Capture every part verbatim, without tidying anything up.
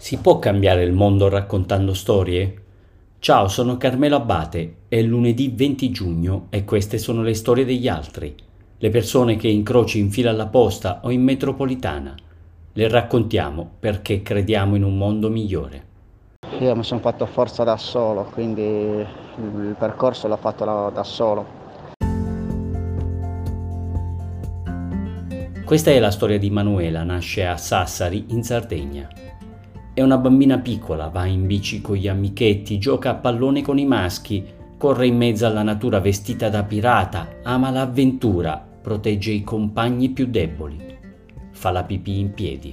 Si può cambiare il mondo raccontando storie? Ciao, sono Carmelo Abate, è lunedì venti giugno e queste sono le storie degli altri, le persone che incroci in fila alla posta o in metropolitana. Le raccontiamo perché crediamo in un mondo migliore. Io mi sono fatto forza da solo, quindi il percorso l'ho fatto da, da solo. Questa è la storia di Manuela, nasce a Sassari, in Sardegna. È una bambina piccola, va in bici con gli amichetti, gioca a pallone con i maschi, corre in mezzo alla natura vestita da pirata, ama l'avventura, protegge i compagni più deboli, fa la pipì in piedi.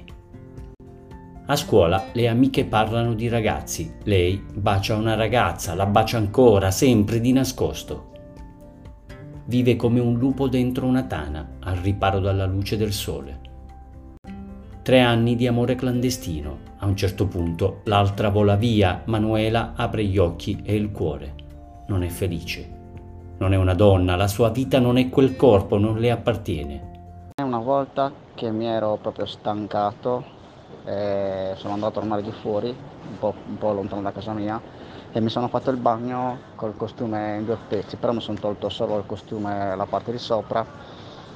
A scuola le amiche parlano di ragazzi, lei bacia una ragazza, la bacia ancora, sempre di nascosto. Vive come un lupo dentro una tana, al riparo dalla luce del sole. Tre anni di amore clandestino. A un certo punto l'altra vola via, Manuela apre gli occhi e il cuore. Non è felice. Non è una donna, la sua vita non è quel corpo, non le appartiene. Una volta che mi ero proprio stancato, eh, sono andato al mare di fuori, un po', un po' lontano da casa mia, e mi sono fatto il bagno col costume in due pezzi, però mi sono tolto solo il costume, la parte di sopra.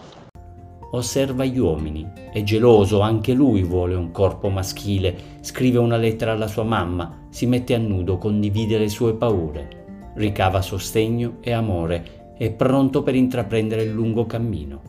Osserva gli uomini, è geloso, anche lui vuole un corpo maschile, scrive una lettera alla sua mamma, si mette a nudo, condivide le sue paure, ricava sostegno e amore, è pronto per intraprendere il lungo cammino.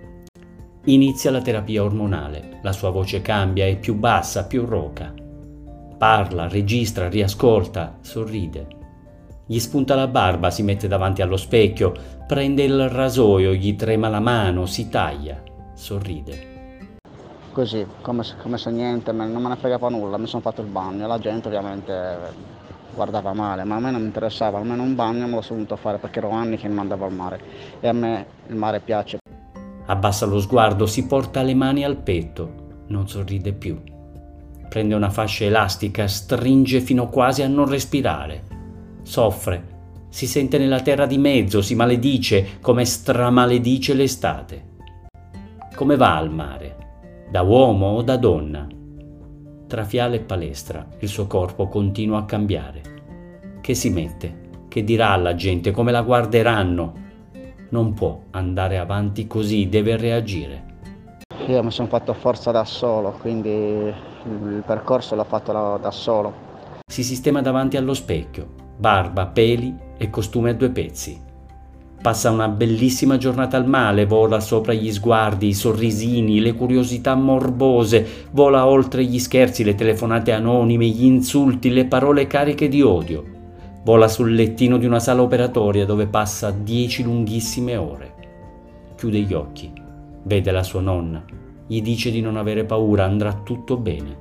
Inizia la terapia ormonale, la sua voce cambia, è più bassa, più roca. Parla, registra, riascolta, sorride. Gli spunta la barba, si mette davanti allo specchio, prende il rasoio, gli trema la mano, si taglia. Sorride. Così, come se, come se niente, non me ne fregava nulla, mi sono fatto il bagno, la gente ovviamente guardava male, ma a me non mi interessava, almeno un bagno me lo sono venuto a fare perché ero anni che non andavo al mare e a me il mare piace. Abbassa lo sguardo, si porta le mani al petto, non sorride più. Prende una fascia elastica, stringe fino quasi a non respirare. Soffre, si sente nella terra di mezzo, si maledice come stramaledice l'estate. Come va al mare? Da uomo o da donna? Tra fiale e palestra il suo corpo continua a cambiare. Che si mette? Che dirà alla gente? Come la guarderanno? Non può andare avanti così, deve reagire. Io mi sono fatto forza da solo, quindi il percorso l'ho fatto da, da solo. Si sistema davanti allo specchio, barba, peli e costume a due pezzi. Passa una bellissima giornata al mare, vola sopra gli sguardi, i sorrisini, le curiosità morbose, vola oltre gli scherzi, le telefonate anonime, gli insulti, le parole cariche di odio. Vola sul lettino di una sala operatoria dove passa dieci lunghissime ore. Chiude gli occhi, vede la sua nonna, gli dice di non avere paura, andrà tutto bene.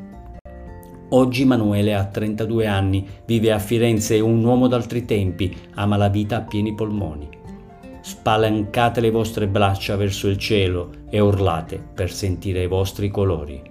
Oggi Manuele ha trentadue anni, vive a Firenze, è un uomo d'altri tempi, ama la vita a pieni polmoni. Spalancate le vostre braccia verso il cielo e urlate per sentire i vostri colori.